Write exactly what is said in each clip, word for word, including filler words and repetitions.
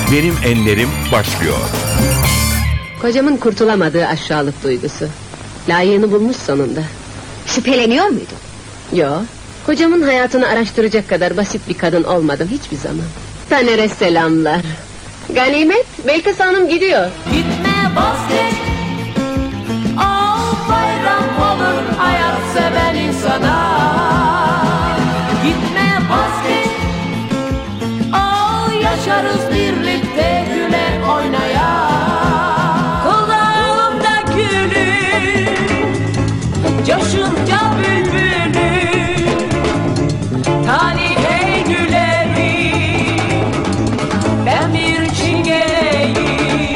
Benim Enlerim başlıyor. Kocamın kurtulamadığı aşağılık duygusu. Layığını bulmuş sonunda. Şüpheleniyor muydun? Yo, kocamın hayatını araştıracak kadar basit bir kadın olmadım hiçbir zaman. Taner'e selamlar. Ganimet, Belkıs Hanım gidiyor. Gitme vazgeç, al bayram olur hayat seven insana. Gitme vazgeç, al yaşarız birlikte güle oynaya. Kulağımda gülü, coşunca bülbülü, talihe gülerim, ben bir çingeneyim.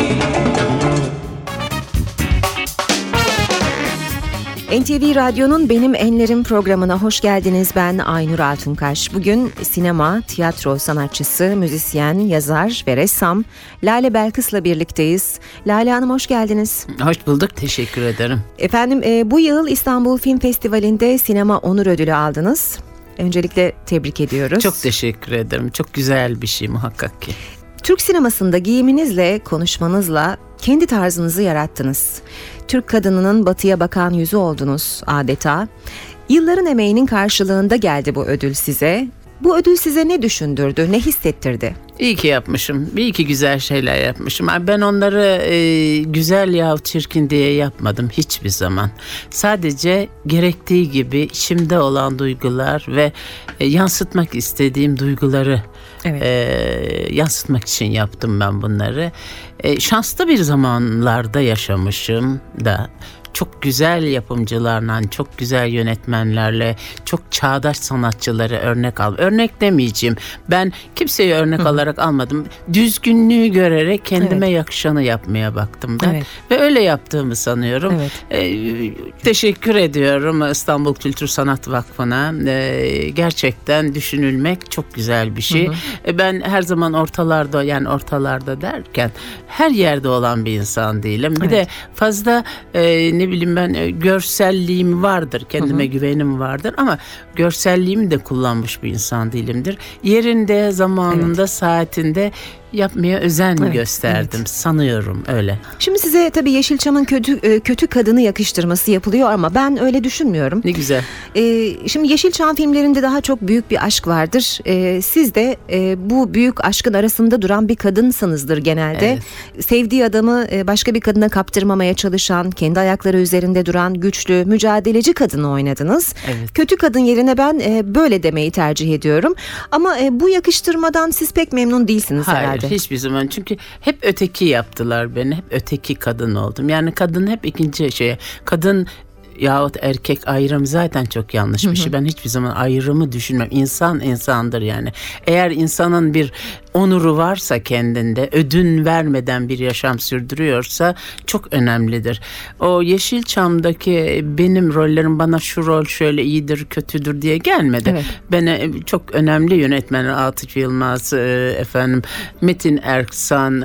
N T V Radyo'nun Benim Enlerim programına hoş geldiniz. Ben Aynur Altunkaş. Bugün sinema, tiyatro sanatçısı, müzisyen, yazar ve ressam Lale Belkıs'la birlikteyiz. Lale Hanım hoş geldiniz. Hoş bulduk, teşekkür ederim. Efendim e, bu yıl İstanbul Film Festivali'nde sinema onur ödülü aldınız. Öncelikle tebrik ediyoruz. Çok teşekkür ederim. Çok güzel bir şey muhakkak ki. Türk sinemasında giyiminizle, konuşmanızla kendi tarzınızı yarattınız. Türk kadınının batıya bakan yüzü oldunuz adeta. Yılların emeğinin karşılığında geldi bu ödül size. Bu ödül size ne düşündürdü, ne hissettirdi? İyi ki yapmışım. İyi ki güzel şeyler yapmışım. Ben onları e, güzel yahut çirkin diye yapmadım hiçbir zaman. Sadece gerektiği gibi içimde olan duygular ve e, yansıtmak istediğim duyguları Evet. e, yansıtmak için yaptım ben bunları. E, şanslı bir zamanlarda yaşamışım da. Çok güzel yapımcılarla, çok güzel yönetmenlerle, çok çağdaş sanatçıları örnek al. Örnek demeyeceğim. Ben kimseyi örnek Hı. alarak almadım. Düzgünlüğü görerek kendime evet. yakışanı yapmaya baktım da. Evet. Ve öyle yaptığımı sanıyorum. Evet. Ee, teşekkür ediyorum İstanbul Kültür Sanat Vakfı'na. Ee, gerçekten düşünülmek çok güzel bir şey. Hı hı. Ben her zaman ortalarda, yani ortalarda derken her yerde olan bir insan değilim. Bir evet. de fazla e, ne bileyim ben görselliğim vardır, kendime hı hı. güvenim vardır ama görselliğimi de kullanmış bir insan değilimdir. Yerinde, zamanında, evet. saatinde yapmaya özen evet, gösterdim evet. sanıyorum öyle. Şimdi size tabii Yeşilçam'ın kötü kötü kadını yakıştırması yapılıyor ama ben öyle düşünmüyorum. Ne güzel. Ee, şimdi Yeşilçam filmlerinde daha çok büyük bir aşk vardır. Ee, siz de e, bu büyük aşkın arasında duran bir kadınsınızdır genelde. Evet. Sevdiği adamı başka bir kadına kaptırmamaya çalışan, kendi ayakları üzerinde duran güçlü, mücadeleci kadını oynadınız. Evet. Kötü kadın yerine ben e, böyle demeyi tercih ediyorum. Ama e, bu yakıştırmadan siz pek memnun değilsiniz Hayır. herhalde. Hiçbir zaman, çünkü hep öteki yaptılar beni, hep öteki kadın oldum. Yani kadın hep ikinci şey, kadın yahut erkek ayrımı zaten çok yanlış bir şey. Ben hiçbir zaman ayrımı düşünmem. İnsan insandır yani. Eğer insanın bir onuru varsa kendinde, ödün vermeden bir yaşam sürdürüyorsa çok önemlidir. O Yeşilçam'daki benim rollerim bana şu rol şöyle iyidir, kötüdür diye gelmedi. Evet. Bana çok önemli yönetmenler, Atıf Yılmaz, efendim Metin Erksan,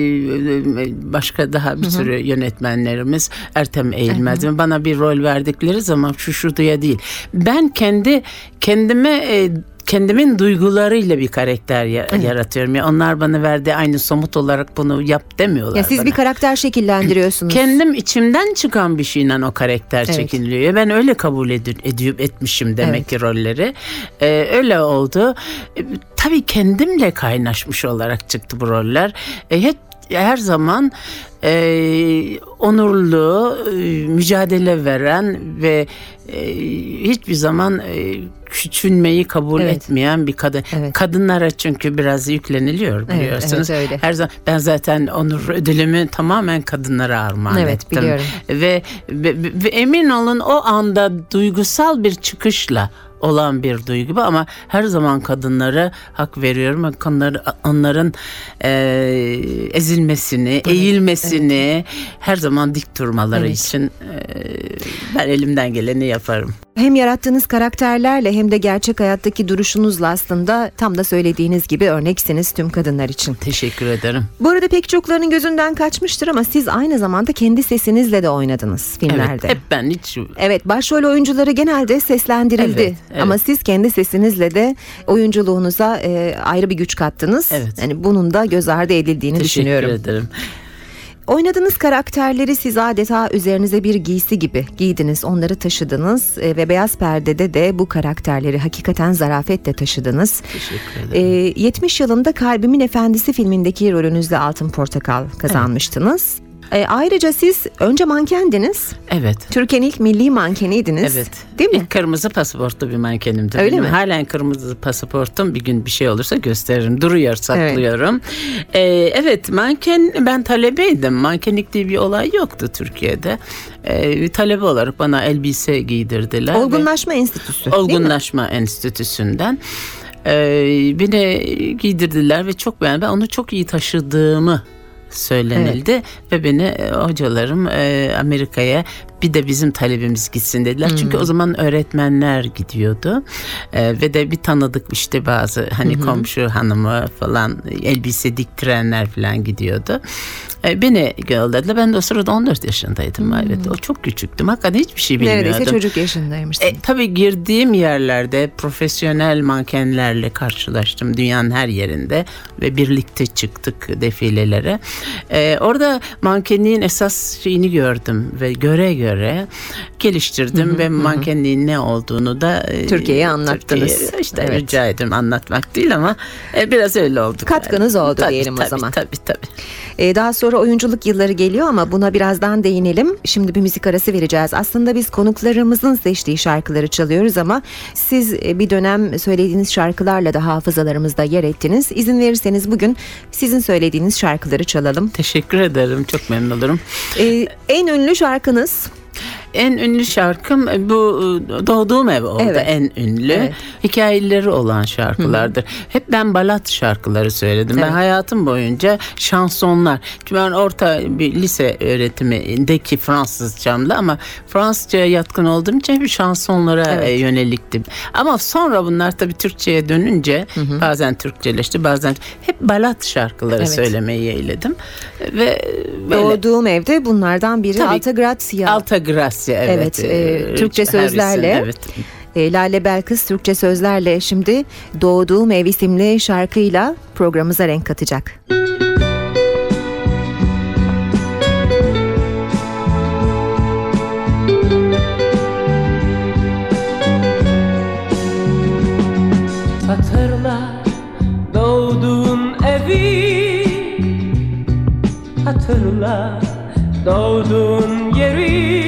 başka daha bir Hı-hı. sürü yönetmenlerimiz, Ertem Eğilmez. Hı-hı. Bana bir rol verdikleri zaman şu şu diye değil. Ben kendi kendime kendimin duygularıyla bir karakter ya- evet. yaratıyorum. Yani onlar bana verdiği aynı somut olarak bunu yap demiyorlar. Ya siz bana. Bir karakter şekillendiriyorsunuz. Kendim içimden çıkan bir şeyle o karakter evet. çekiliyor. Ben öyle kabul ed- edip etmişim demek evet. ki rolleri. Ee, öyle oldu. Ee, tabii kendimle kaynaşmış olarak çıktı bu roller. Ee, hep her zaman e, onurlu, e, mücadele veren ve e, hiçbir zaman e, küçülmeyi kabul evet. etmeyen bir kadın. Evet. Kadınlara çünkü biraz yükleniliyor biliyorsunuz. Evet, evet, her zaman ben zaten onur ödülümü tamamen kadınlara armağan evet, ettim. Biliyorum. Ve, ve, ve emin olun o anda duygusal bir çıkışla olan bir duygu bu ama her zaman kadınlara hak veriyorum. Onları, onların e, ezilmesini, evet, eğilmesini evet. her zaman dik durmaları evet. için e, ben elimden geleni yaparım. Hem yarattığınız karakterlerle hem de gerçek hayattaki duruşunuzla aslında tam da söylediğiniz gibi örneksiniz tüm kadınlar için. Teşekkür ederim. Bu arada pek çoklarının gözünden kaçmıştır ama siz aynı zamanda kendi sesinizle de oynadınız filmlerde. Evet, hep ben hiç... Evet, başrol oyuncuları genelde seslendirildi. Evet, evet. Ama siz kendi sesinizle de oyunculuğunuza e, ayrı bir güç kattınız. Evet. Yani bunun da göz ardı edildiğini Teşekkür düşünüyorum. ederim. Oynadığınız karakterleri siz adeta üzerinize bir giysi gibi giydiniz, onları taşıdınız e, ve Beyaz Perde'de de bu karakterleri hakikaten zarafetle taşıdınız. Teşekkür E, ederim. yetmiş yılında Kalbimin Efendisi filmindeki rolünüzle Altın Portakal kazanmıştınız. E, ayrıca siz önce mankendiniz. Evet. Türkiye'nin ilk milli mankeniydiniz. Evet. Değil mi? İlk kırmızı pasaportlu bir mankenimdir. Öyle Benim mi? halen kırmızı pasaportum, bir gün bir şey olursa gösteririm. Duruyor, saklıyorum. Evet, ee, evet manken, ben talebeydim. Mankenlik diye bir olay yoktu Türkiye'de. Ee, talebe olarak bana elbise giydirdiler. Olgunlaşma Enstitüsü. Ve, Olgunlaşma Enstitüsü'nden. Ee, beni giydirdiler ve çok beğendim. Ben onu çok iyi taşıdığımı söylenildi, evet. Ve beni e, hocalarım e, Amerika'ya, bir de bizim talebimiz gitsin dediler. Hmm. Çünkü o zaman öğretmenler gidiyordu e, ve de bir tanıdık işte bazı hani hmm. komşu hanımı falan, elbise diktirenler falan gidiyordu. E, beni yolladılar. Ben de o sırada on dört yaşındaydım. Hmm. Evet, o çok küçüktüm. Hakikaten hiçbir şey bilmiyordum. Neredeyse çocuk yaşındaymışsın. E, tabii girdiğim yerlerde profesyonel mankenlerle karşılaştım. Dünyanın her yerinde ve birlikte çıktık defilelere. E, orada mankenliğin esas şeyini gördüm ve göre göre geliştirdim, hı hı, ve mankenliğin ne olduğunu da e, Türkiye'ye anlattınız. Türkiye'ye işte evet. Rica ederim, anlatmak değil ama e, biraz öyle oldu. Katkınız oldu tabii, diyelim tabii, o zaman. Tabii tabii. Ee, daha sonra oyunculuk yılları geliyor ama buna birazdan değinelim. Şimdi bir müzik arası vereceğiz. Aslında biz konuklarımızın seçtiği şarkıları çalıyoruz ama siz bir dönem söylediğiniz şarkılarla da hafızalarımızda yer ettiniz. İzin verirseniz bugün sizin söylediğiniz şarkıları çalalım. Teşekkür ederim. Çok memnun olurum. Ee, en ünlü şarkınız? En ünlü şarkım bu Doğduğum Ev oldu, evet. En ünlü. Evet. Hikayeleri olan şarkılardır. Hı. Hep ben balat şarkıları söyledim. Evet. Ben hayatım boyunca şansonlar. Çünkü ben orta bir lise öğretimindeki Fransızcamda ama Fransızcaya yatkın olduğum için hep şansonlara evet. yöneliktim. Ama sonra bunlar tabii Türkçe'ye dönünce, hı hı, bazen Türkçeleşti, bazen hep balat şarkıları evet. söylemeyi yeğledim. Ve böyle, Doğduğum Ev'de bunlardan biri tabii, Alta Grazia. Alta Grazia. Evet, evet e, Türkçe sözlerle, evet. e, Lale Belkıs Türkçe sözlerle şimdi Doğduğum Ev isimli şarkıyla programımıza renk katacak. Hatırla doğduğun evi, hatırla doğduğun yeri,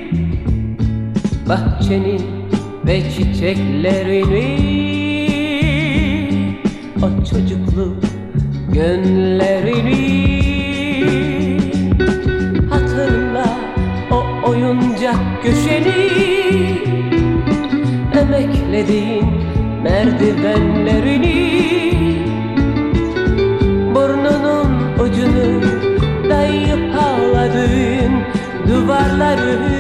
bahçenin ve çiçeklerini, o çocukluk günlerini. Hatırla o oyuncak köşeni, emeklediğin merdivenlerini, burnunun ucunu dayayıp ağladığın duvarları.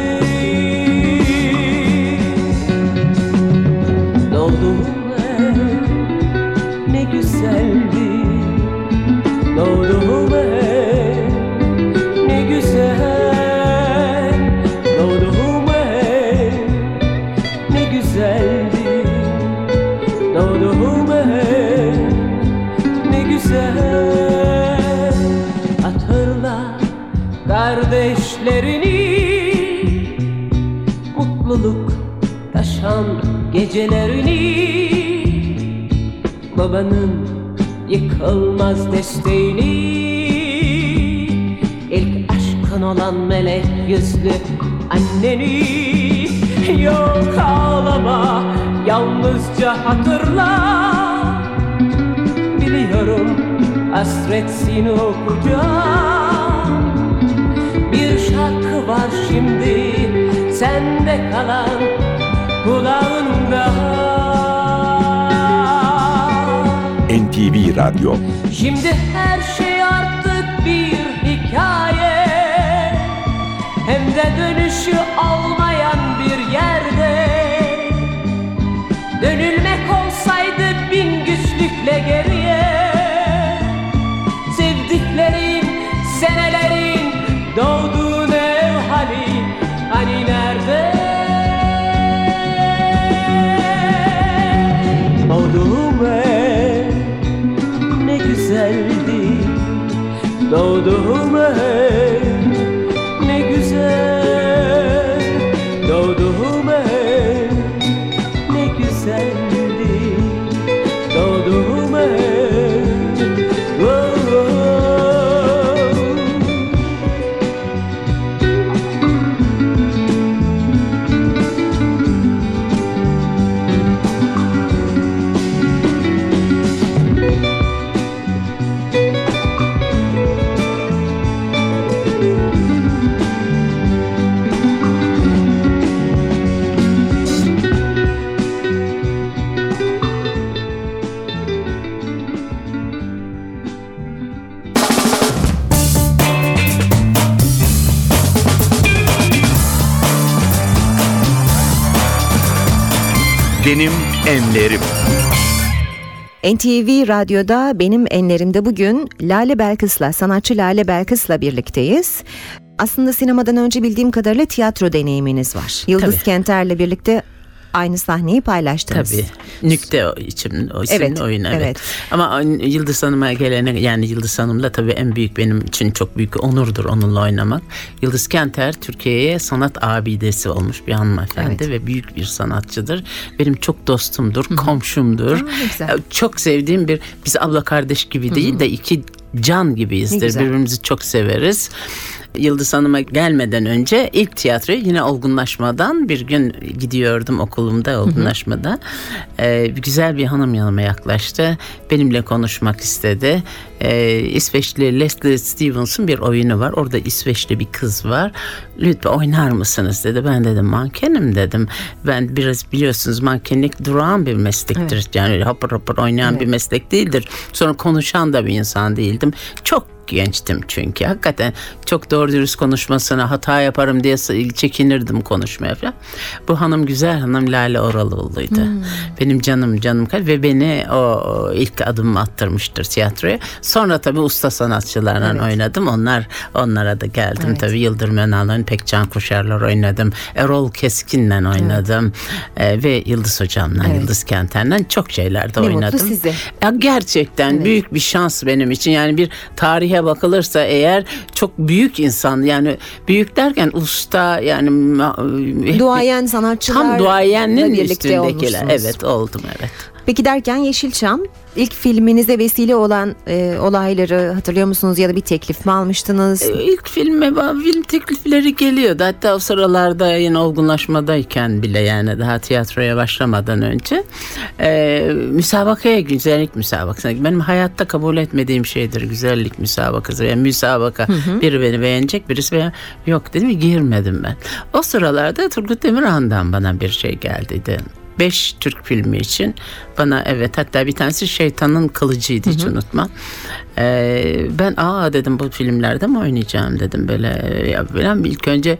Doğduğum ev ne güzeldi, doğduğum ev ne güzel, doğduğum ev ne güzeldi, doğduğum ev ne güzel. Hatırla kardeşlerini, mutluluk taşan gecelerini, babanın yıkılmaz desteğini, ilk aşkın olan melek yüzlü anneni. Yok ağlama, yalnızca hatırla, biliyorum hasretsin o kucağım. Bir şarkı var şimdi sende kalan kulağında. N T V Radyo. Şimdi her şey artık bir hikaye, hem de dönüşü olmayan bir yerde. Benim Enlerim. N T V Radyo'da Benim Enlerim'de bugün Lale Belkıs'la, sanatçı Lale Belkıs'la birlikteyiz. Aslında sinemadan önce bildiğim kadarıyla tiyatro deneyiminiz var. Yıldız Tabii. Kenter'le birlikte aynı sahneyi paylaştınız. Tabii. Nükte o için, o isimli Evet, oyun. Evet. evet. Ama Yıldız Hanım'a gelene, yani Yıldız Hanım'la tabii en büyük, benim için çok büyük bir onurdur onunla oynamak. Yıldız Kenter Türkiye'ye sanat abidesi olmuş bir hanımefendi Evet. ve büyük bir sanatçıdır. Benim çok dostumdur, komşumdur. Aa, ne güzel. Çok sevdiğim bir, biz abla kardeş gibi değil de iki can Ne gibiyizdir. güzel. Birbirimizi çok severiz. Yıldız Hanım'a gelmeden önce ilk tiyatroya yine Olgunlaşma'dan bir gün gidiyordum okulumda, Olgunlaşma'da. Ee, güzel bir hanım yanıma yaklaştı. Benimle konuşmak istedi. Ee, İsveçli Leslie Stevens'ın bir oyunu var. Orada İsveçli bir kız var. Lütfen oynar mısınız dedi. Ben dedim mankenim dedim. Ben biraz biliyorsunuz mankenlik durağan bir meslektir. Evet. Yani hapır hapır oynayan Evet. bir meslek değildir. Sonra konuşan da bir insan değildim. Çok gençtim çünkü. Hakikaten çok doğru dürüst konuşmasına hata yaparım diye çekinirdim konuşmaya falan. Bu hanım, güzel hanım Lale Oralıoğlu'ydu. Hmm. Benim canım canım ve beni o ilk adımımı attırmıştır tiyatroya. Sonra tabii usta sanatçılarla Evet. oynadım. Onlar onlara da geldim. Evet. Tabii Yıldırım Önal'ın, Pekcan Kuşar'la oynadım. Erol Keskin'le oynadım. Ee, ve Yıldız Hocam'la, Evet. Yıldız Kenter'le çok şeylerde Ne oynadım. mutlu size. Ya gerçekten Evet. büyük bir şans benim için. Yani bir tarihe bakılırsa eğer çok büyük insan, yani büyük derken usta, yani hep- Duayen sanatçılarla tam duayeninin birlikte üstündekiler. olmuşsunuz. Evet, oldum, evet. Peki derken Yeşilçam, ilk filminize vesile olan e, olayları hatırlıyor musunuz ya da bir teklif mi almıştınız? Ee, İlk filme film teklifleri geliyordu. Hatta o sıralarda yine Olgunlaşmadayken bile, yani daha tiyatroya başlamadan önce e, müsabakaya, güzellik müsabakası. Benim hayatta kabul etmediğim şeydir güzellik müsabakası. Yani müsabaka, biri beni beğenecek, birisi beğen... Yok dedim, girmedim ben. O sıralarda Turgut Demirhan'dan bana bir şey geldiydi. Beş Türk filmi için bana, evet, hatta bir tanesi Şeytanın Kılıcı'ydı, hiç unutmam. Ee, ben aa dedim, bu filmlerde mi oynayacağım dedim, böyle ya falan. İlk önce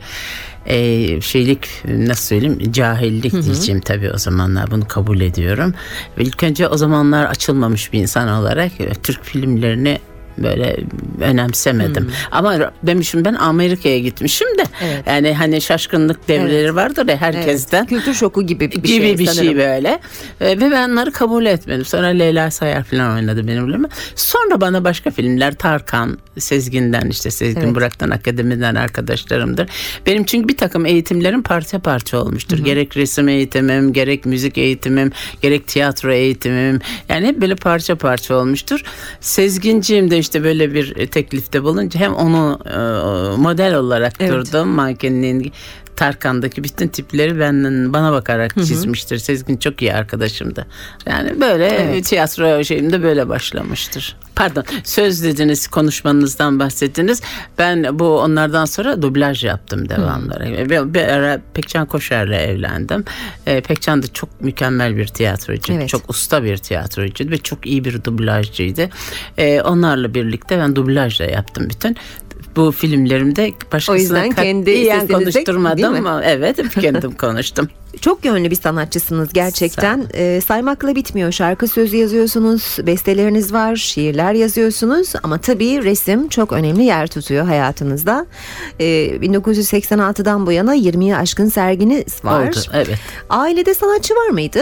e, şeylik, nasıl söyleyeyim, cahillik diyeceğim tabii, o zamanlar bunu kabul ediyorum. Ve ilk önce o zamanlar açılmamış bir insan olarak e, Türk filmlerini böyle önemsemedim. Hmm. Ama demişim, ben Amerika'ya gitmişim de Evet. yani hani şaşkınlık devreleri Evet. vardır ya herkesten. Evet. Kültür şoku gibi bir gibi şey bir sanırım. şey böyle. Ee, ve ben onları kabul etmedim. Sonra Leyla Sayar falan oynadı benimle. Sonra bana başka filmler, Tarkan, Sezgin'den, işte Sezgin Evet. Burak'tan, akademiden arkadaşlarımdır. Benim çünkü bir takım eğitimlerim parça parça olmuştur. Hı-hı. Gerek resim eğitimim, gerek müzik eğitimim, gerek tiyatro eğitimim. Yani hep böyle parça parça olmuştur. Sezginciğim de işte böyle bir teklifte bulunca hem onu e, model olarak Evet. durdum. Mankenliğin, Tarkan'daki bütün tipleri benden, bana bakarak çizmiştir. Sezgin çok iyi arkadaşımdı. Yani böyle Evet. tiyatro şeyimde böyle başlamıştır. Pardon, söz dediniz, konuşmanızdan bahsettiniz. Ben bu onlardan sonra dublaj yaptım devamlı. Ve bir ara Pekcan Koşar'la evlendim. Ee, Pekcan da çok mükemmel bir tiyatrocu. Evet. Çok usta bir tiyatrocuydu ve çok iyi bir dublajcıydı. Ee, onlarla birlikte ben dublajla yaptım bütün. Bu filmlerimde başkasına O yüzden kendi katiyen sesinize, değil konuşturmadım mi? ama evet, kendim konuştum. Çok yönlü bir sanatçısınız gerçekten. Ee, saymakla bitmiyor. Şarkı sözü yazıyorsunuz, besteleriniz var, şiirler yazıyorsunuz ama tabii resim çok önemli yer tutuyor hayatınızda. Ee, bin dokuz yüz seksen altıdan bu yana yirmiyi aşkın serginiz var. Oldu, evet. Ailede sanatçı var mıydı?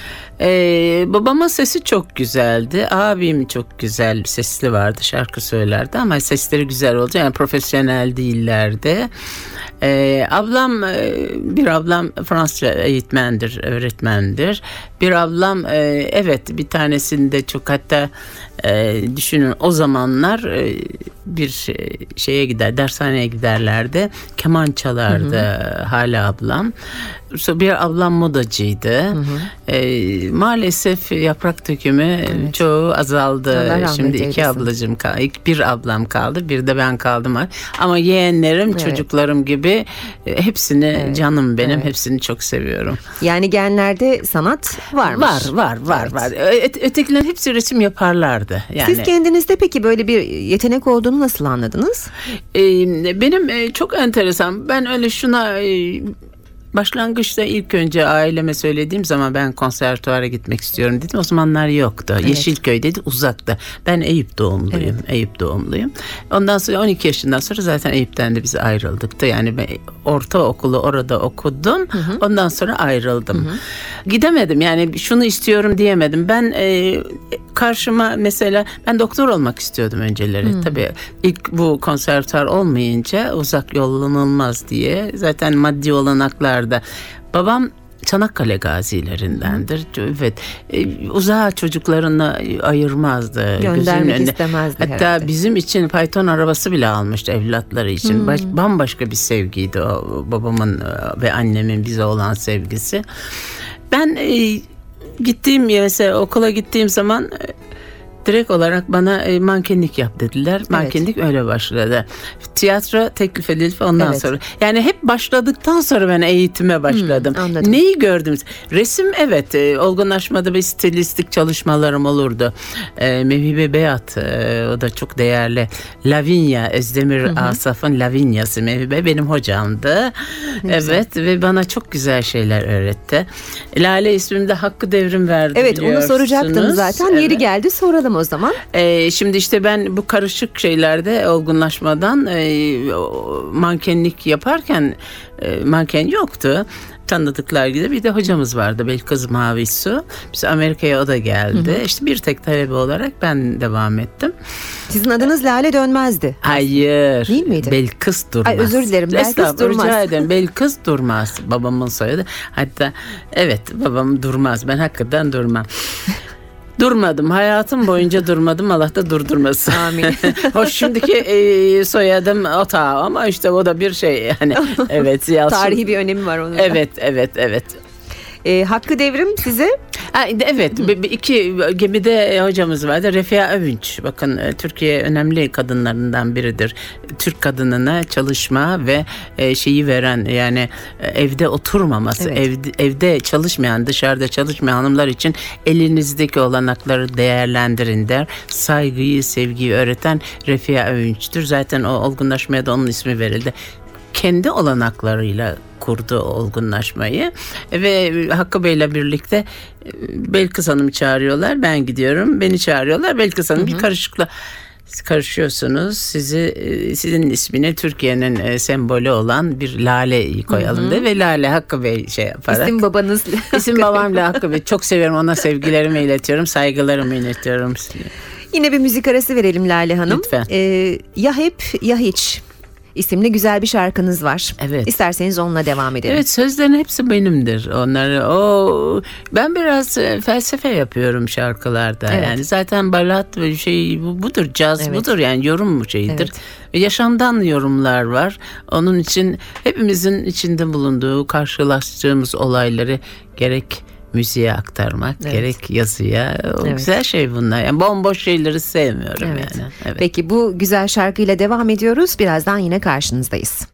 Ee, babamın sesi çok güzeldi. Abim çok güzel sesli vardı, şarkı söylerdi ama sesleri güzel oldu. Yani profesyonel değillerdi. Ee, ablam, bir ablam Fransızca eğitmendir, öğretmendir. Bir ablam e, evet, bir tanesinde çok, hatta e, düşünün o zamanlar e, bir şeye gider, dershaneye giderlerdi. Keman çalardı, hı hı. hala ablam. Bir ablam modacıydı. Hı hı. E, maalesef yaprak dökümü evet. çoğu azaldı. Şimdi iki eylesin. ablacığım kaldı. Bir ablam kaldı, bir de ben kaldım. Ama yeğenlerim, evet. çocuklarım gibi hepsini, evet. canım benim, evet. hepsini çok seviyorum. Yani genlerde sanat varmış. Var, var, var, evet. var. Ö- ötekiler hepsi resim yaparlardı. Yani. Siz kendinizde peki böyle bir yetenek olduğunu nasıl anladınız? Ee, benim e, çok enteresan. Ben öyle şuna... E, Başlangıçta ilk önce aileme söylediğim zaman ben konservatuara gitmek istiyorum dedim. O zamanlar yoktu. Evet. Yeşilköy dedi, uzakta. Ben Eyüp doğumluyum. Evet. Eyüp doğumluyum. Ondan sonra on iki yaşından sonra zaten Eyüp'ten de biz ayrıldık da. Yani ben ortaokulu orada okudum. Hı hı. Ondan sonra ayrıldım. Hı hı. Gidemedim. Yani şunu istiyorum diyemedim. Ben e, karşıma mesela ben doktor olmak istiyordum önceleri. Hı. Tabii ilk bu konservatuar olmayınca uzak yollanılmaz diye. Zaten maddi olanaklarda. Babam Çanakkale gazilerindendir. Evet. E, uzağa çocuklarını ayırmazdı. Göndermek istemezdi Hatta herhalde. Bizim için fayton arabası bile almıştı evlatları için. Hmm. Baş, bambaşka bir sevgiydi o babamın ve annemin bize olan sevgisi. Ben e, gittiğim mesela okula gittiğim zaman e, direkt olarak bana e, mankenlik yap dediler. Mankenlik evet. Öyle başladı. Tiyatro teklif edildi ondan evet. sonra. Yani hep başladıktan sonra ben eğitime başladım. Hmm, neyi gördüm? Resim evet. E, olgunlaşmada bir stilistik çalışmalarım olurdu. E, Mevhibe Beyat e, o da çok değerli. Lavinia, Özdemir hı hı. Asaf'ın Lavinia'sı Mevhibe benim hocamdı. Ne evet güzel. Ve bana çok güzel şeyler öğretti. Lale ismimde Hakkı Devrim verdi evet, biliyorsunuz. Onu soracaktım zaten. Evet. Yeri geldi soralım o zaman. Ee, şimdi işte ben bu karışık şeylerde olgunlaşmadan e, mankenlik yaparken e, manken yoktu. Tanıdıklar gibi bir de hocamız vardı Belkıs Mavisu. Biz Amerika'ya o da geldi. Hı hı. İşte bir tek talebe olarak ben devam ettim. Sizin adınız Lale Dönmez'di. Hayır. Değil miydi? Belkıs Durmaz. Ay, özür dilerim. Belkıs Durmaz. Rica ederim. Belkıs Durmaz. Babamın soyadı. Hatta evet babam Durmaz. Ben hakikaten durmam. Durmadım. Hayatım boyunca durmadım. Allah da durdurmasın. Amin. Hoş şimdiki e, soyadım Ota ama işte o da bir şey yani. Evet. Tarihi bir önemi var onun da. Evet, evet, evet. E, Hakkı Devrim size? Ha, evet. Hı. iki gemide hocamız vardı. Refia Övünç. Bakın Türkiye önemli kadınlarından biridir. Türk kadınına çalışma ve şeyi veren yani evde oturmaması, evet. evde, evde çalışmayan, dışarıda çalışmayan hanımlar için elinizdeki olanakları değerlendirin der. Saygıyı, sevgiyi öğreten Refia Övünç'tür. Zaten o olgunlaşmaya da onun ismi verildi. Kendi olanaklarıyla kurdu olgunlaşmayı ve Hakkı Bey'le birlikte Belkıs Hanım'ı çağırıyorlar. Ben gidiyorum. Beni çağırıyorlar. Belkıs Hanım hı hı. bir karışıkla karışıyorsunuz. Sizi sizin ismine Türkiye'nin sembolü olan bir lale koyalım de ve Lale Hakkı Bey şey yaparak. İsim babanız. İsim babamla Hakkı Bey. Çok seviyorum. Ona sevgilerimi iletiyorum. Saygılarımı iletiyorum. Yine bir müzik arası verelim Lale Hanım. Lütfen. Ee, ya hep ya hiç isimli güzel bir şarkınız var. Evet. İsterseniz onunla devam edelim. Evet, sözlerin hepsi benimdir. Onları o ben biraz felsefe yapıyorum şarkılarda. Evet. Yani zaten balat ve şey budur, caz evet. budur yani yorum şeyidir. Evet. Yaşamdan yorumlar var. Onun için hepimizin içinde bulunduğu, karşılaştığımız olayları gerek müziğe aktarmak, evet. gerek yazıya. O evet. güzel şey bunlar. Yani bomboş şeyleri sevmiyorum evet. yani. Evet. Peki bu güzel şarkıyla devam ediyoruz. Birazdan yine karşınızdayız.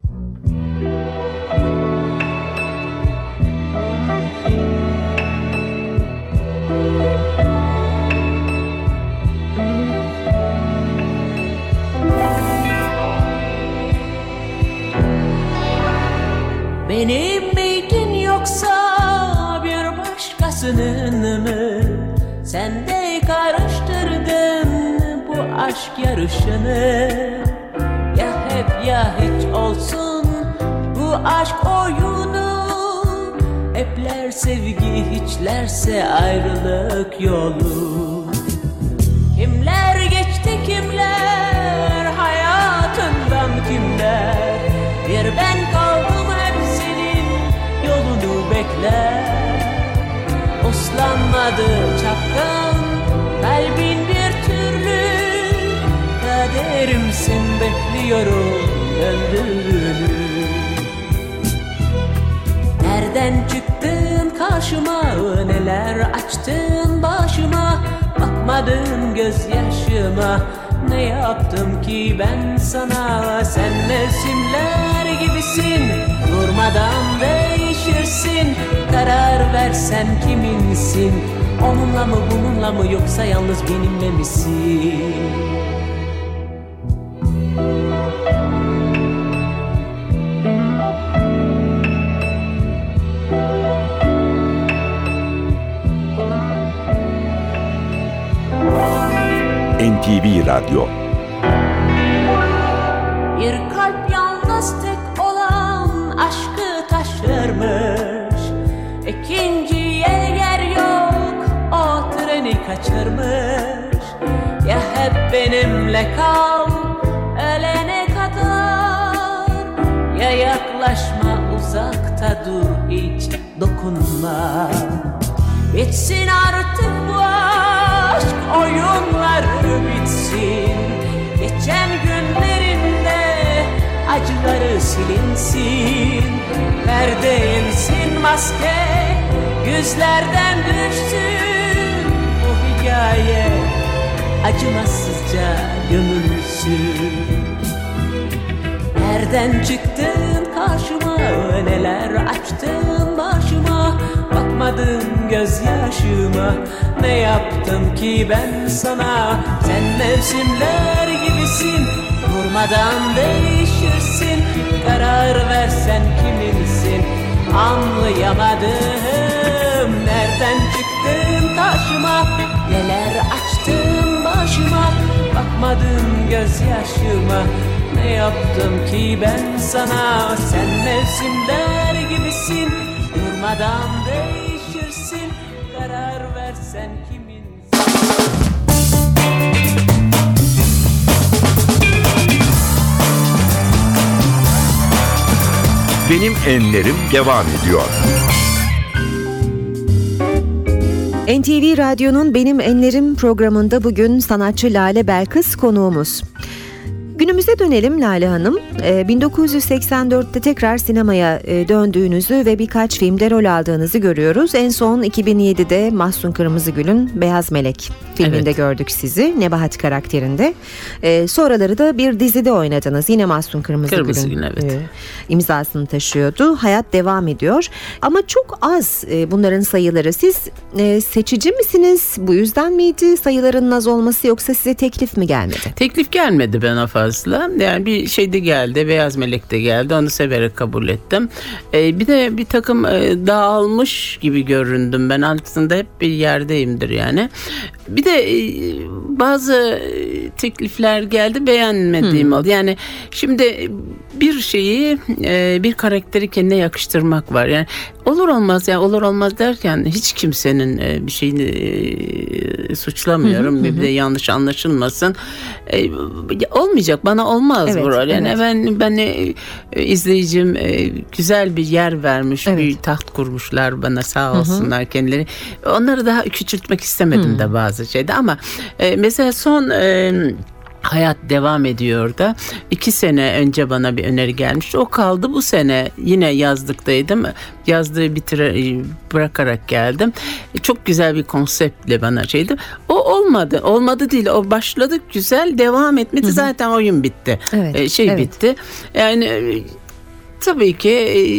Benim miydin yoksa başkasının mı? Sen de karıştırdın bu aşk yarışını. Ya hep ya hiç olsun bu aşk oyunu. Hepler sevgi, hiçlerse ayrılık yolu. Kimler geçti kimler, hayatından kimler? Bir ben kaldım hep senin yolunu bekler. Uslanmadı çapkan kalbin bir türlü. Kaderimsin bekliyorum döndüğünü. Nereden çıktın karşıma, neler açtın başıma. Bakmadın gözyaşıma, ne yaptım ki ben sana. Sen mevsimler gibisin, durmadan değişirsin. Karar versen kiminsin, onunla mı bununla mı yoksa yalnız benimle misin? N T V Radyo. Bir kalp yalnız tek olan aşkı taşırmış. İkinciye yer yok, o treni kaçırmış. Ya hep benimle kal ölene kadar, ya yaklaşma, uzakta dur, hiç dokunma. Bitsin artık bu aşk oyunları, bitsin. Geçen günlerinde acıları silinsin. Perde insin, maske yüzlerden düşsün. Bu hikaye acımasızca gömülsün. Nereden çıktın karşıma, neler açtın başıma. Bakmadın gözyaşıma, ne yaptım ki ben sana. Sen mevsimler gibisin, durmadan değişirsin. Karar versen kiminsin, anlayamadım. Nereden çıktın karşıma, neler açtın başıma. Bakmadın gözyaşıma, ne yaptım ki ben sana. Sen mevsimler gibisin, durmadan değişirsin. Karar versen kiminsin. Benim Enlerim devam ediyor. N T V Radyo'nun Benim Enlerim programında bugün sanatçı Lale Belkıs konuğumuz. Günümüze dönelim Lale Hanım. bin dokuz yüz seksen dörtte tekrar sinemaya döndüğünüzü ve birkaç filmde rol aldığınızı görüyoruz. En son iki bin yedide Mahsun Kırmızıgül'ün Beyaz Melek filminde evet. gördük sizi. Nebahat karakterinde. Sonraları da bir dizide oynadınız. Yine Mahsun Kırmızıgül'ün Kırmızıgül, evet. imzasını taşıyordu. Hayat devam ediyor. Ama çok az bunların sayıları. Siz seçici misiniz? Bu yüzden miydi sayıların az olması, yoksa size teklif mi gelmedi? Teklif gelmedi bana fazla. Yani bir şey de geldi, Beyaz Melek de geldi, onu severek kabul ettim. Ee, bir de bir takım e, dağılmış gibi göründüm ben, aslında hep bir yerdeyimdir yani. Bir de e, bazı teklifler geldi, beğenmediğim hmm. oldu. Yani şimdi bir şeyi, e, bir karakteri kendine yakıştırmak var. Yani olur olmaz, yani olur olmaz derken hiç kimsenin e, bir şeyini e, suçlamıyorum. Hı hı, bir hı. de yanlış anlaşılmasın. E, olmayacak, bana olmaz evet, bu rol. Yani evet. ben ben e, izleyicim e, güzel bir yer vermiş, evet. bir taht kurmuşlar bana, sağ olsunlar hı hı. kendileri. Onları daha küçültmek istemedim hı. de bazı şeyde, ama e, mesela son e, Hayat devam ediyor da iki sene önce bana bir öneri gelmişti. O kaldı, bu sene yine yazlıktaydım. Yazdığı bitire bırakarak geldim. Çok güzel bir konseptle bana şeydi. O olmadı. Olmadı değil. O başladık güzel, devam etmedi. Hı hı. Zaten oyun bitti. Evet, şey evet. bitti. Yani tabii ki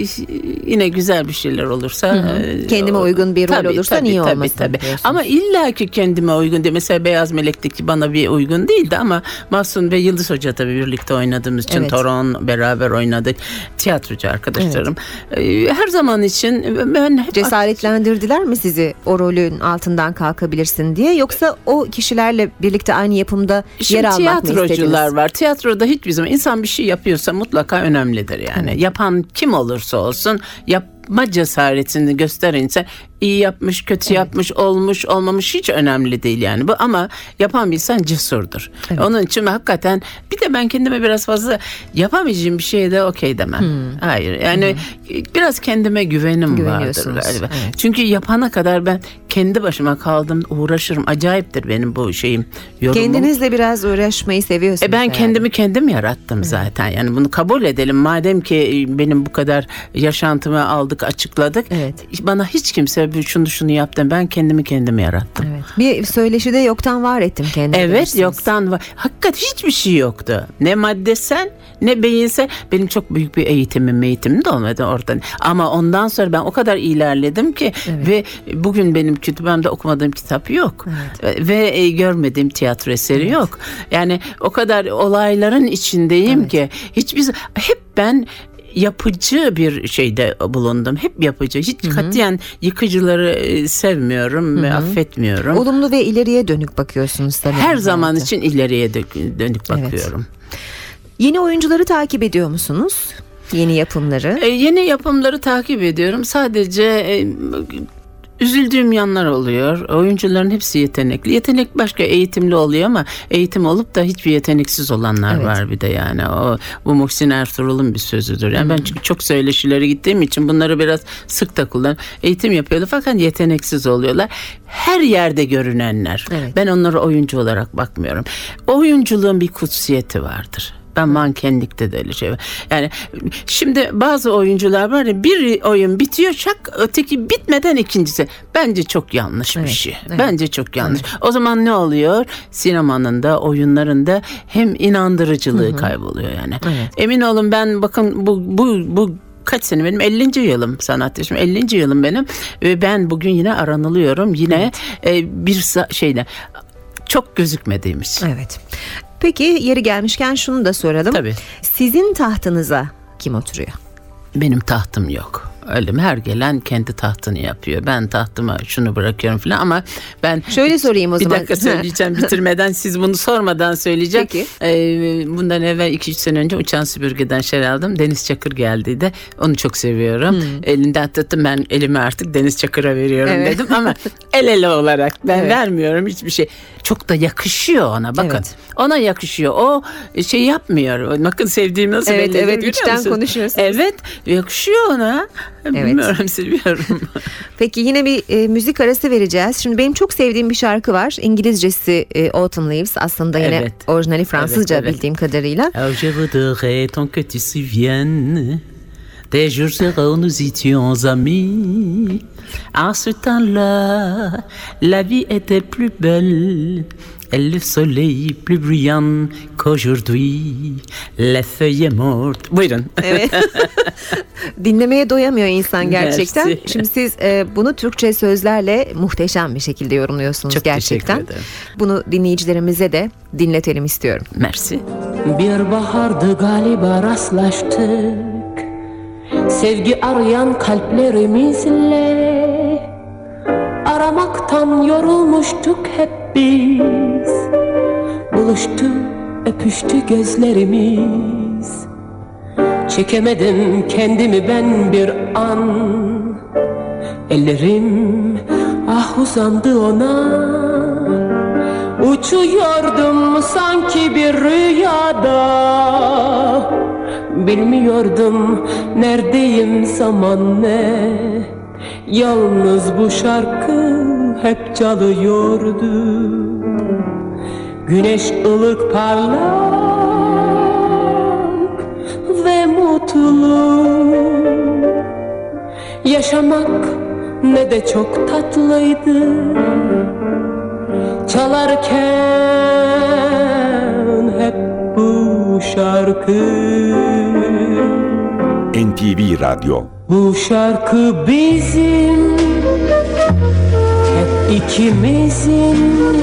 yine güzel bir şeyler olursa, hı hı. kendime uygun bir rol tabii, olursa tabii, niye tabii, olmasın tabii. Ama illaki kendime uygun değil. Mesela Beyaz Melek'teki bana bir uygun değildi, ama Mahsun ve Yıldız Hoca tabii birlikte oynadığımız için, evet. Toron beraber oynadık. Tiyatrocu arkadaşlarım. Evet. Her zaman için ben hep cesaretlendirdiler mi sizi o rolün altından kalkabilirsin diye, yoksa o kişilerle birlikte aynı yapımda Şimdi yer almak mı istediniz? Tiyatrocular var. Tiyatroda hiçbir zaman insan bir şey yapıyorsa mutlaka önemlidir yani. Evet. Yapan kim olursa olsun yapma cesaretini gösterince iyi yapmış, kötü evet. yapmış, olmuş, olmamış hiç önemli değil yani bu, ama yapan bir insan cesurdur. Evet. Onun için hakikaten bir de ben kendime biraz fazla yapamayacağım bir şeye de okey demem. Hmm. Hayır yani hmm. biraz kendime güvenim vardır galiba. Evet. Çünkü yapana kadar ben kendi başıma kaldım, uğraşırım. Acayiptir benim bu şeyim, yorumum. Kendinizle biraz uğraşmayı seviyorsunuz. E ben yani. kendimi kendim yarattım evet. zaten. Yani bunu kabul edelim. Madem ki benim bu kadar yaşantımı aldık, açıkladık. Evet. Bana hiç kimse şunu şunu yaptım. Ben kendimi kendime yarattım. Evet. Bir söyleşide yoktan var ettim kendimi. Evet, demişsiniz. Yoktan var. Hakikaten hiçbir şey yoktu. Ne maddesen ne beyinsen. Benim çok büyük bir eğitimim eğitimim de olmadı oradan. Ama ondan sonra ben o kadar ilerledim ki evet. ve bugün benim kütüphamda okumadığım kitap yok. Evet. Ve e, görmediğim tiyatro eseri evet. yok. Yani o kadar olayların içindeyim evet. ki hiçbir hep ben yapıcı bir şeyde bulundum. Hep yapıcı. Hiç katiyen yıkıcıları e, sevmiyorum ve affetmiyorum. Olumlu ve ileriye dönük bakıyorsunuz tabii. Her zaman hayata. için ileriye dö- dönük bakıyorum. Yeni oyuncuları takip ediyor musunuz? Yeni yapımları. E, yeni yapımları takip ediyorum. Sadece e, üzüldüğüm yanlar oluyor. Oyuncuların hepsi yetenekli. Yetenek başka, eğitimli oluyor ama eğitim olup da hiçbir yeteneksiz olanlar Evet. var bir de yani. O bu Muhsin Ertuğrul'un bir sözüdür. Yani ben çünkü çok söyleşilere gittiğim için bunları biraz sık da kullanıyorum. Eğitim yapıyorlar fakat yeteneksiz oluyorlar. Her yerde görünenler. Evet. Ben onlara oyuncu olarak bakmıyorum. Oyunculuğun bir kutsiyeti vardır. Ben mankenlikte de öyle şey var. Yani şimdi bazı oyuncular var ya, bir oyun bitiyor şak, öteki bitmeden ikincisi. Bence çok yanlış Evet, bir şey. evet. Bence çok yanlış. O zaman ne oluyor? Sinemanın da oyunların da hem inandırıcılığı kayboluyor yani. Evet. Emin olun ben bakın bu bu bu kaç sene benim ellinci yılım sanat yaşım ellinci yılım benim ve ben bugün yine aranılıyorum yine e, bir sa- şeyle çok gözükmediğim için. Evet. Peki yeri gelmişken şunu da soralım. Tabii. Sizin tahtınıza kim oturuyor? Benim tahtım yok. Öyle mi? Her gelen kendi tahtını yapıyor. Ben tahtıma şunu bırakıyorum falan ama ben... Şöyle sorayım o bir zaman. Bir dakika söyleyeceğim bitirmeden, siz bunu sormadan söyleyeceğim. Peki. Ee, bundan evvel iki üç sene önce Uçan Süpürge'den şey aldım. Deniz Çakır geldiydi. Onu çok seviyorum. Hmm. Elinden tuttum, ben elimi artık Deniz Çakır'a veriyorum Evet. dedim ama el ele olarak ben Evet. vermiyorum hiçbir şey. Çok da yakışıyor ona bakın. Evet. Ona yakışıyor. O şey yapmıyor. Bakın sevdiğimi nasıl Evet, belli ediyorum, evet, görüyor içten musunuz? konuşuyorsunuz. Evet, yakışıyor ona. Bilmiyorum, seviyorum. Peki yine bir e, müzik arası vereceğiz. Şimdi benim çok sevdiğim bir şarkı var. İngilizcesi e, Autumn Leaves. Aslında yine Evet. orijinali Fransızca Evet, evet. bildiğim kadarıyla. Alors je voudrais tant que tu souviennes des jours heureux où nous étions amis. À ce temps-là, la vie était plus belle. Et le soleil plus brillant qu'aujourd'hui. Les feuilles mortes. Buyurun. Evet. Dinlemeye doyamıyor insan gerçekten. Mersi. Şimdi siz e, bunu Türkçe sözlerle muhteşem bir şekilde yorumluyorsunuz Çok gerçekten. teşekkür ederim. Bunu dinleyicilerimize de dinletelim istiyorum. Merci. Bir bahardı galiba rastlaştık. Sevgi arayan kalplerimizle. Aramaktan yorulmuştuk hep biz. Buluştu, öpüştü gözlerimiz. Çekemedim kendimi ben bir an. Ellerim ah uzandı ona. Uçuyordum sanki bir rüyada. Bilmiyordum neredeyim, zaman ne. Yalnız bu şarkı hep çalıyordu. Güneş ılık parlak ve mutlu. Yaşamak ne de çok tatlıydı. Çalarken hep bu şarkı. N T V Radyo. Bu şarkı bizim, hep ikimizin.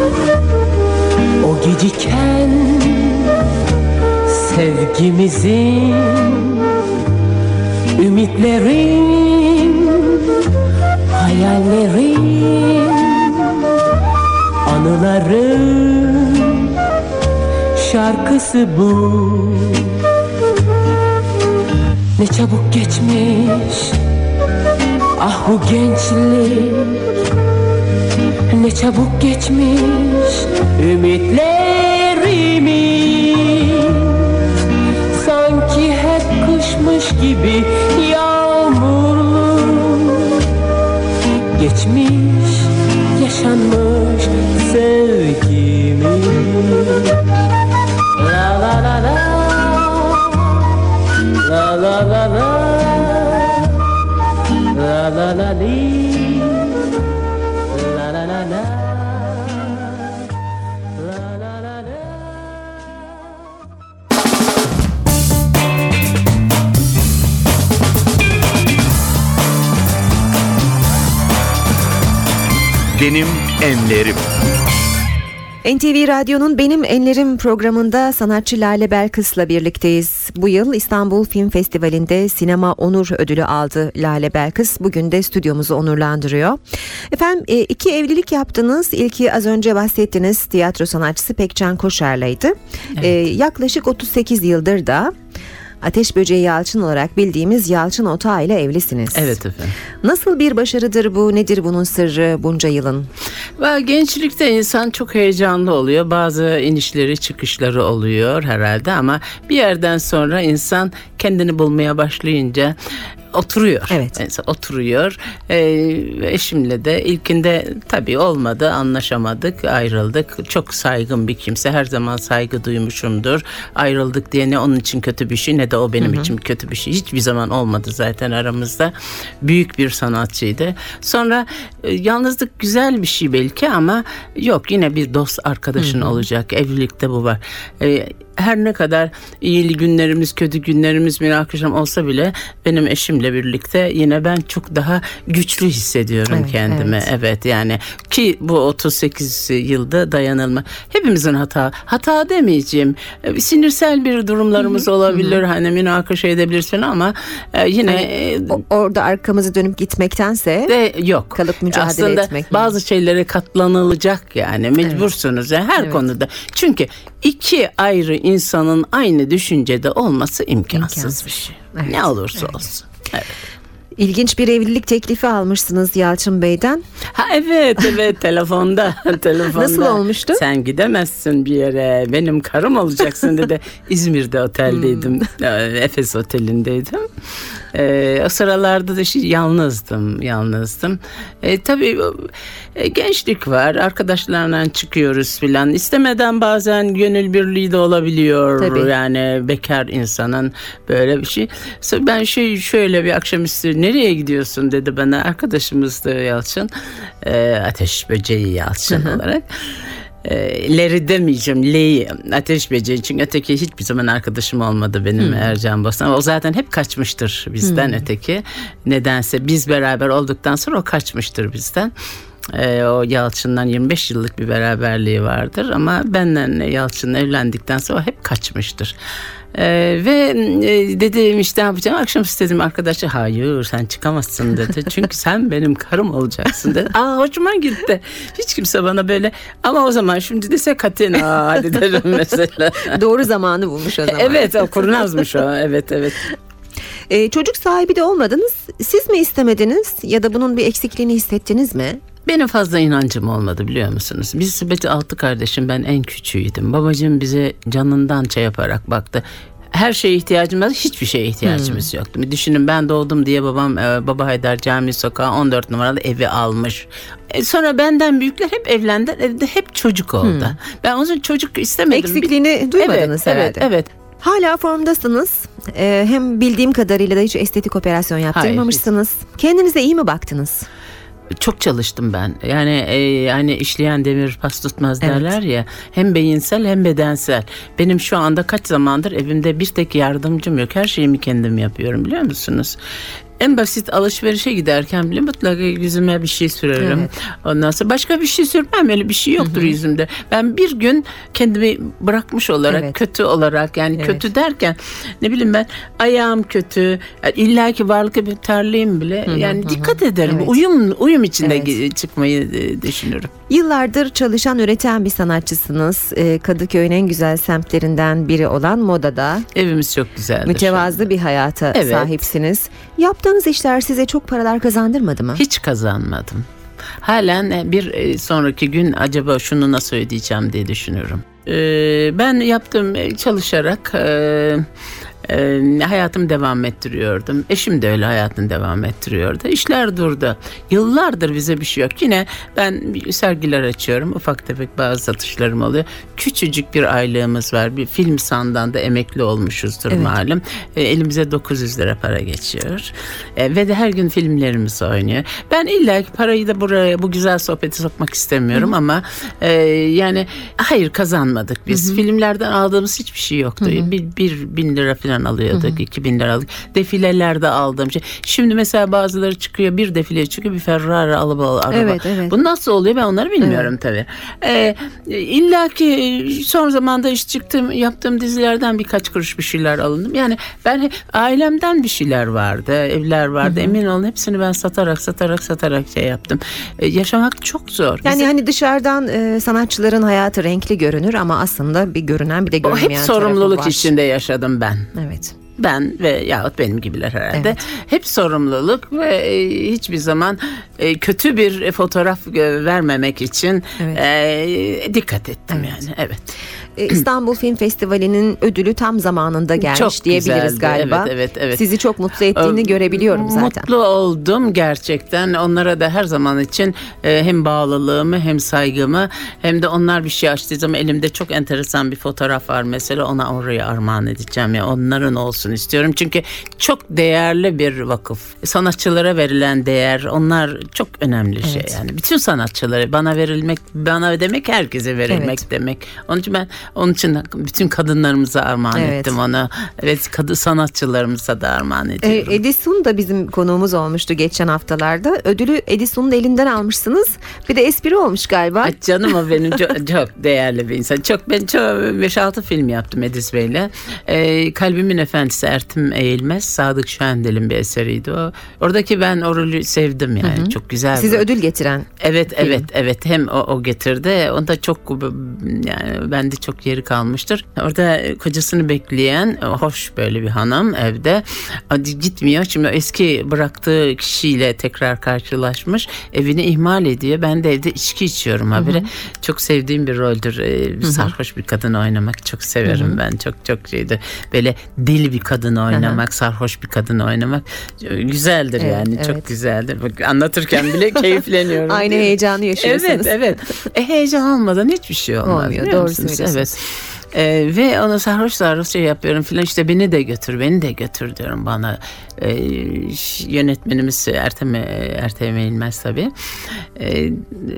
O geciken sevgimizin. Ümitlerim, hayallerim, anılarım, şarkısı bu. Ne çabuk geçmiş ah bu gençlik. Ne çabuk geçmiş ümitlerimiz. Sanki hep kışmış gibi yağmurlu. Geçmiş, yaşanmış sevgimiz. La la la la. La la la la. La la la li. La la la la. La la la la. Benim enlerim. N T V Radyo'nun Benim Enlerim programında sanatçı Lale Belkıs'la birlikteyiz. Bu yıl İstanbul Film Festivali'nde Sinema Onur Ödülü aldı Lale Belkıs. Bugün de stüdyomuzu onurlandırıyor. Efendim iki evlilik yaptınız. İlki az önce bahsettiğiniz tiyatro sanatçısı Pekcan Koşar'laydı. Evet. Ee, yaklaşık otuz sekiz yıldır da Ateş Böceği Yalçın olarak bildiğimiz Yalçın Otağı ile evlisiniz. Evet efendim. Nasıl bir başarıdır bu? Nedir bunun sırrı bunca yılın? Gençlikte insan çok heyecanlı oluyor. Bazı inişleri çıkışları oluyor herhalde ama bir yerden sonra insan kendini bulmaya başlayınca oturuyor. Evet. Yani oturuyor. Ee, eşimle de ilkinde tabii olmadı, anlaşamadık, ayrıldık. Çok saygın bir kimse. Her zaman saygı duymuşumdur. Ayrıldık diye ne onun için kötü bir şey ne de o benim Hı-hı. için kötü bir şey. Hiçbir zaman olmadı zaten aramızda. Büyük bir sanatçıydı. Sonra e, yalnızlık güzel bir şey belki ama yok, yine bir dost arkadaşın Hı-hı. olacak. Evlilikte bu var. E, her ne kadar iyi günlerimiz, kötü günlerimiz, münakaşam olsa bile benim eşimle birlikte yine ben çok daha güçlü hissediyorum evet, kendimi. Evet. evet yani ki bu otuz sekiz yılda dayanılma. Hepimizin hata. Hata demeyeceğim. Sinirsel bir durumlarımız hı hı, olabilir. Hı. Hani münakaşa edebiliriz falan ama yine hani, orada arkamızı dönüp gitmektense de yok. Kalıp mücadele Aslında etmek. Aslında bazı şeylere katlanılacak yani. Mecbursunuz evet. yani her evet. konuda. Çünkü iki ayrı insanın aynı düşüncede olması imkansız, imkansız. bir şey. Evet. Ne olursa evet. olsun. Evet. İlginç bir evlilik teklifi almışsınız Yalçın Bey'den. Ha evet evet telefonda telefonda. Nasıl olmuştu? Sen gidemezsin bir yere, benim karım olacaksın dedi. İzmir'de oteldeydim. Hmm. Efes Oteli'ndeydim. Ee, o sıralarda da şey, yalnızdım, yalnızdım. Ee, tabii e, gençlik var, arkadaşlarla çıkıyoruz filan. İstemeden bazen gönül birliği de olabiliyor. Tabii. Yani bekar insanın böyle bir şey. Ben şey şöyle bir akşamüstü nereye gidiyorsun dedi bana, arkadaşımızdı Yalçın. Ee, Ateş Böceği Yalçın Hı-hı. olarak. E, leri demeyeceğim, L'yi Ateş Böceği, çünkü öteki hiçbir zaman arkadaşım olmadı benim hmm. Ercan Bostan. O zaten hep kaçmıştır bizden hmm. öteki. Nedense biz beraber olduktan sonra o kaçmıştır bizden. E, o Yalçın'dan yirmi beş yıllık bir beraberliği vardır ama benden Yalçın'la evlendikten sonra hep kaçmıştır. Ee, ve e, dedim işte ne yapacağım, akşam istedim arkadaşı, hayır sen çıkamazsın dedi çünkü sen benim karım olacaksın dedi. Aa hoşuma gitti, hiç kimse bana böyle, ama o zaman şimdi dese katiyen aa hadi derim mesela. Doğru zamanı bulmuş o zaman. Evet, o kurnazmış o. Evet evet. Ee, çocuk sahibi de olmadınız, siz mi istemediniz ya da bunun bir eksikliğini hissettiniz mi? Benim fazla inancım olmadı, biliyor musunuz? Biz altı kardeşim, ben en küçüğüydüm. Babacığım bize canından şey yaparak baktı. Her şeye ihtiyacımız var, hiçbir şeye ihtiyacımız hmm. yoktu. Düşünün, ben doğdum diye babam e, Baba Haydar Cami Sokağı on dört numaralı evi almış. E, sonra benden büyükler hep evlendiler, evde hep çocuk oldu. Hmm. Ben o zaman çocuk istemedim. Eksikliğini duymadınız evet, herhalde. Evet, evet. Hala formdasınız. Ee, hem bildiğim kadarıyla da hiç estetik operasyon yaptırmamışsınız. Hayır. Kendinize iyi mi baktınız? Çok çalıştım ben. Yani e, yani işleyen demir pas tutmaz derler evet. ya. Hem beyinsel hem bedensel. Benim şu anda kaç zamandır evimde bir tek yardımcım yok. Her şeyimi kendim yapıyorum, biliyor musunuz? En basit alışverişe giderken bile mutlaka yüzüme bir şey sürerim. Evet. Ondan sonra başka bir şey sürmem, öyle bir şey yoktur Hı-hı. yüzümde. Ben bir gün kendimi bırakmış olarak, evet. kötü olarak, yani evet. kötü derken ne bileyim ben, ayağım kötü, yani illaki varlıklı bir terliğim bile, Hı-hı. yani dikkat ederim. Evet. Uyum uyum içinde evet. çıkmayı düşünüyorum. Yıllardır çalışan, üreten bir sanatçısınız. Kadıköy'ün en güzel semtlerinden biri olan Moda'da. Evimiz çok güzeldir. Mütevazı bir hayata evet. sahipsiniz. Yaptığınız işler size çok paralar kazandırmadı mı? Hiç kazanmadım. Halen bir sonraki gün acaba şunu nasıl ödeyeceğim diye düşünüyorum. Ben yaptım çalışarak... Ee, hayatımı devam ettiriyordum. Eşim de öyle hayatını devam ettiriyordu. İşler durdu. Yıllardır bize bir şey yok. Yine ben sergiler açıyorum. Ufak tefek bazı satışlarım oluyor. Küçücük bir aylığımız var. Bir film sandan da emekli olmuşuzdur evet. malum. Ee, elimize dokuz yüz lira para geçiyor. Ee, ve de her gün filmlerimiz oynuyor. Ben illa ki parayı da buraya, bu güzel sohbeti sokmak istemiyorum Hı-hı. ama e, yani hayır, kazanmadık biz. Hı-hı. Filmlerden aldığımız hiçbir şey yoktu. Bir, bir bin lira falan liradan alıyorduk. Hı hı. iki bin liralık defilelerde aldığım şey. Şimdi mesela bazıları çıkıyor, bir defile çıkıyor, bir Ferrari alıp araba. Evet, evet. Bu nasıl oluyor ben onları bilmiyorum evet. tabii. Ee, İlla ki son zamanda iş çıktım, yaptığım dizilerden birkaç kuruş bir şeyler alındım. Yani ben ailemden bir şeyler vardı, evler vardı. Hı hı. Emin olun hepsini ben satarak satarak satarak şey yaptım. Ee, yaşamak çok zor. Yani Bizim... hani dışarıdan e, sanatçıların hayatı renkli görünür ama aslında bir görünen bir de görünmeyen tarafı var. O hep sorumluluk var. içinde yaşadım ben. Evet. Ben ve yahut benim gibiler herhalde. Evet. Hep sorumluluk ve e, hiçbir zaman e, kötü bir fotoğraf e, vermemek için evet. e, dikkat ettim evet. yani. Evet. E, İstanbul Film Festivali'nin ödülü tam zamanında gelmiş çok diyebiliriz güzeldi. Galiba. Evet, evet, evet. Sizi çok mutlu ettiğini ee, görebiliyorum zaten. Mutlu oldum gerçekten. Onlara da her zaman için e, hem bağlılığımı hem saygımı hem de onlar bir şey açtığı zaman elimde çok enteresan bir fotoğraf var mesela ona oraya armağan edeceğim ya onların olsun istiyorum. Çünkü çok değerli bir vakıf. Sanatçılara verilen değer onlar çok önemli evet. şey yani. Bütün sanatçılara bana verilmek bana demek herkese verilmek evet. demek. Onun için ben onun için bütün kadınlarımıza armağan evet. ettim onu. Evet kadın sanatçılarımıza da armağan ediyorum. E, Edison da bizim konuğumuz olmuştu geçen haftalarda. Ödülü Edison'un elinden almışsınız. Bir de espri olmuş galiba. Ay canım o benim çok, çok değerli bir insan. Çok ben çok beş altı film yaptım Edis Bey'le. E, Kalbimin Efendisi Ertim Eğilmez. Sadık Şahendel'in bir eseriydi o. Oradaki ben o rolü sevdim yani. Hı hı. Çok güzel. Size ödül getiren. Evet film. evet evet. Hem o, o getirdi. Onda çok yani bende çok yeri kalmıştır. Orada kocasını bekleyen hoş böyle bir hanım evde. Hadi gitmiyor. Şimdi eski bıraktığı kişiyle tekrar karşılaşmış. Evini ihmal ediyor. Ben de evde içki içiyorum habire. Hı hı. Çok sevdiğim bir roldür. Ee, sarhoş bir kadın oynamak çok severim hı hı. ben. Çok çok şeydir. Böyle deli bir kadın oynamak, hı hı. sarhoş bir kadın oynamak güzeldir evet, yani. Evet. Çok güzeldir. Bak anlatırken bile keyifleniyorum. Aynı heyecanı yaşıyorsunuz. Evet, evet. E, heyecan olmadan hiçbir şey olmaz. Olmuyor. Doğru söylüyorsunuz. Evet. Ee, ve ona sarhoş sarhoş şey yapıyorum filan işte beni de götür beni de götür diyorum bana ee, yönetmenimiz Ertem Ertem Eğilmez tabii ee,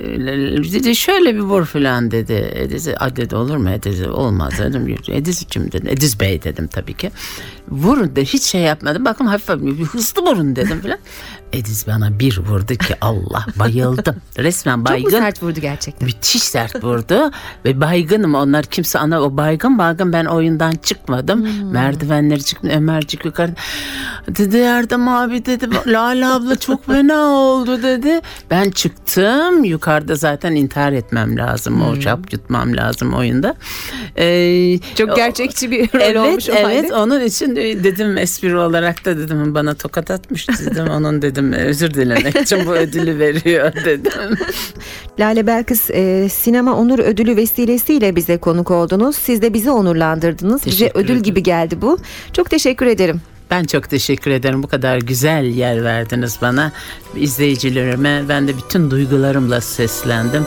dedi şöyle bir vur filan dedi Ediz dedi olur mu Ediz olmaz dedim Ediz'cim dedim Ediz Bey dedim tabii ki vurun dedi hiç şey yapmadım bakın hafif hafif hızlı vurun dedim filan Ediz bana bir vurdu ki Allah bayıldım resmen baygın çok mu sert vurdu gerçekten müthiş sert vurdu ve baygınım onlar kimse ana o baygın baygın ben oyundan çıkmadım. Hmm. Merdivenleri çıktım. Ömercik yukarı. Dedi Erdem abi dedi. Lale abla çok fena oldu dedi. Ben çıktım. Yukarıda zaten intihar etmem lazım. Hmm. O çap yutmam lazım oyunda. Ee, çok gerçekçi bir rol evet, olmuş o evet, halde. Evet onun için dedim espri olarak da dedim bana tokat atmış dedim. Onun dedim özür dilemek için bu ödülü veriyor dedim. Lale Belkıs e, sinema onur ödülü vesilesiyle bize konuk oldunuz. Siz de bizi onurlandırdınız. Teşekkür Bize ödül ederim. gibi geldi bu. Çok teşekkür ederim. Ben çok teşekkür ederim. Bu kadar güzel yer verdiniz bana. İzleyicilerime ben de bütün duygularımla seslendim.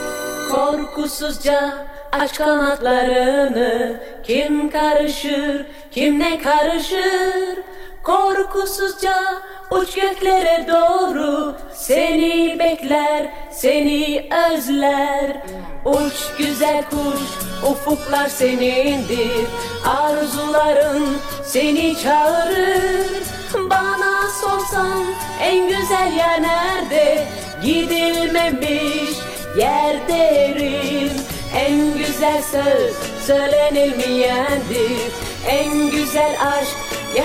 Korkusuzca aç kanatlarını. Kim karışır, kim ne karışır? Korkusuzca uç göklere doğru. Seni bekler, seni özler. Uç güzel kuş, ufuklar senindir. Arzuların seni çağırır. Bana sorsan en güzel yer nerede? Gidilmemiş yer derim. En güzel söz söylenilmeyendir. En güzel aşk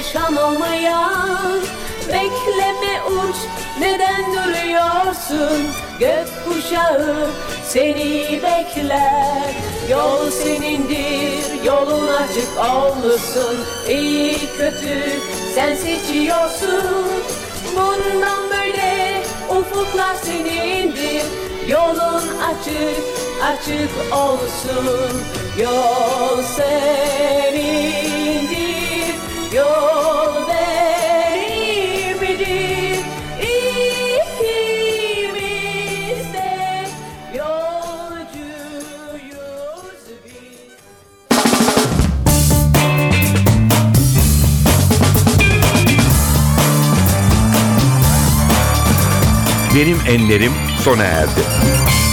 yaşanılmayan. Bekleme uç, neden duruyorsun? Gökkuşağı seni bekler. Yol senindir, yolun açık olsun. İyi kötü sen seçiyorsun. Bundan böyle ufuklar senindir. Yolun açık, açık olsun. Yol senindir, yol benimdir. İkimiz de yolcuyuz biz. Benim Enlerim sona erdi.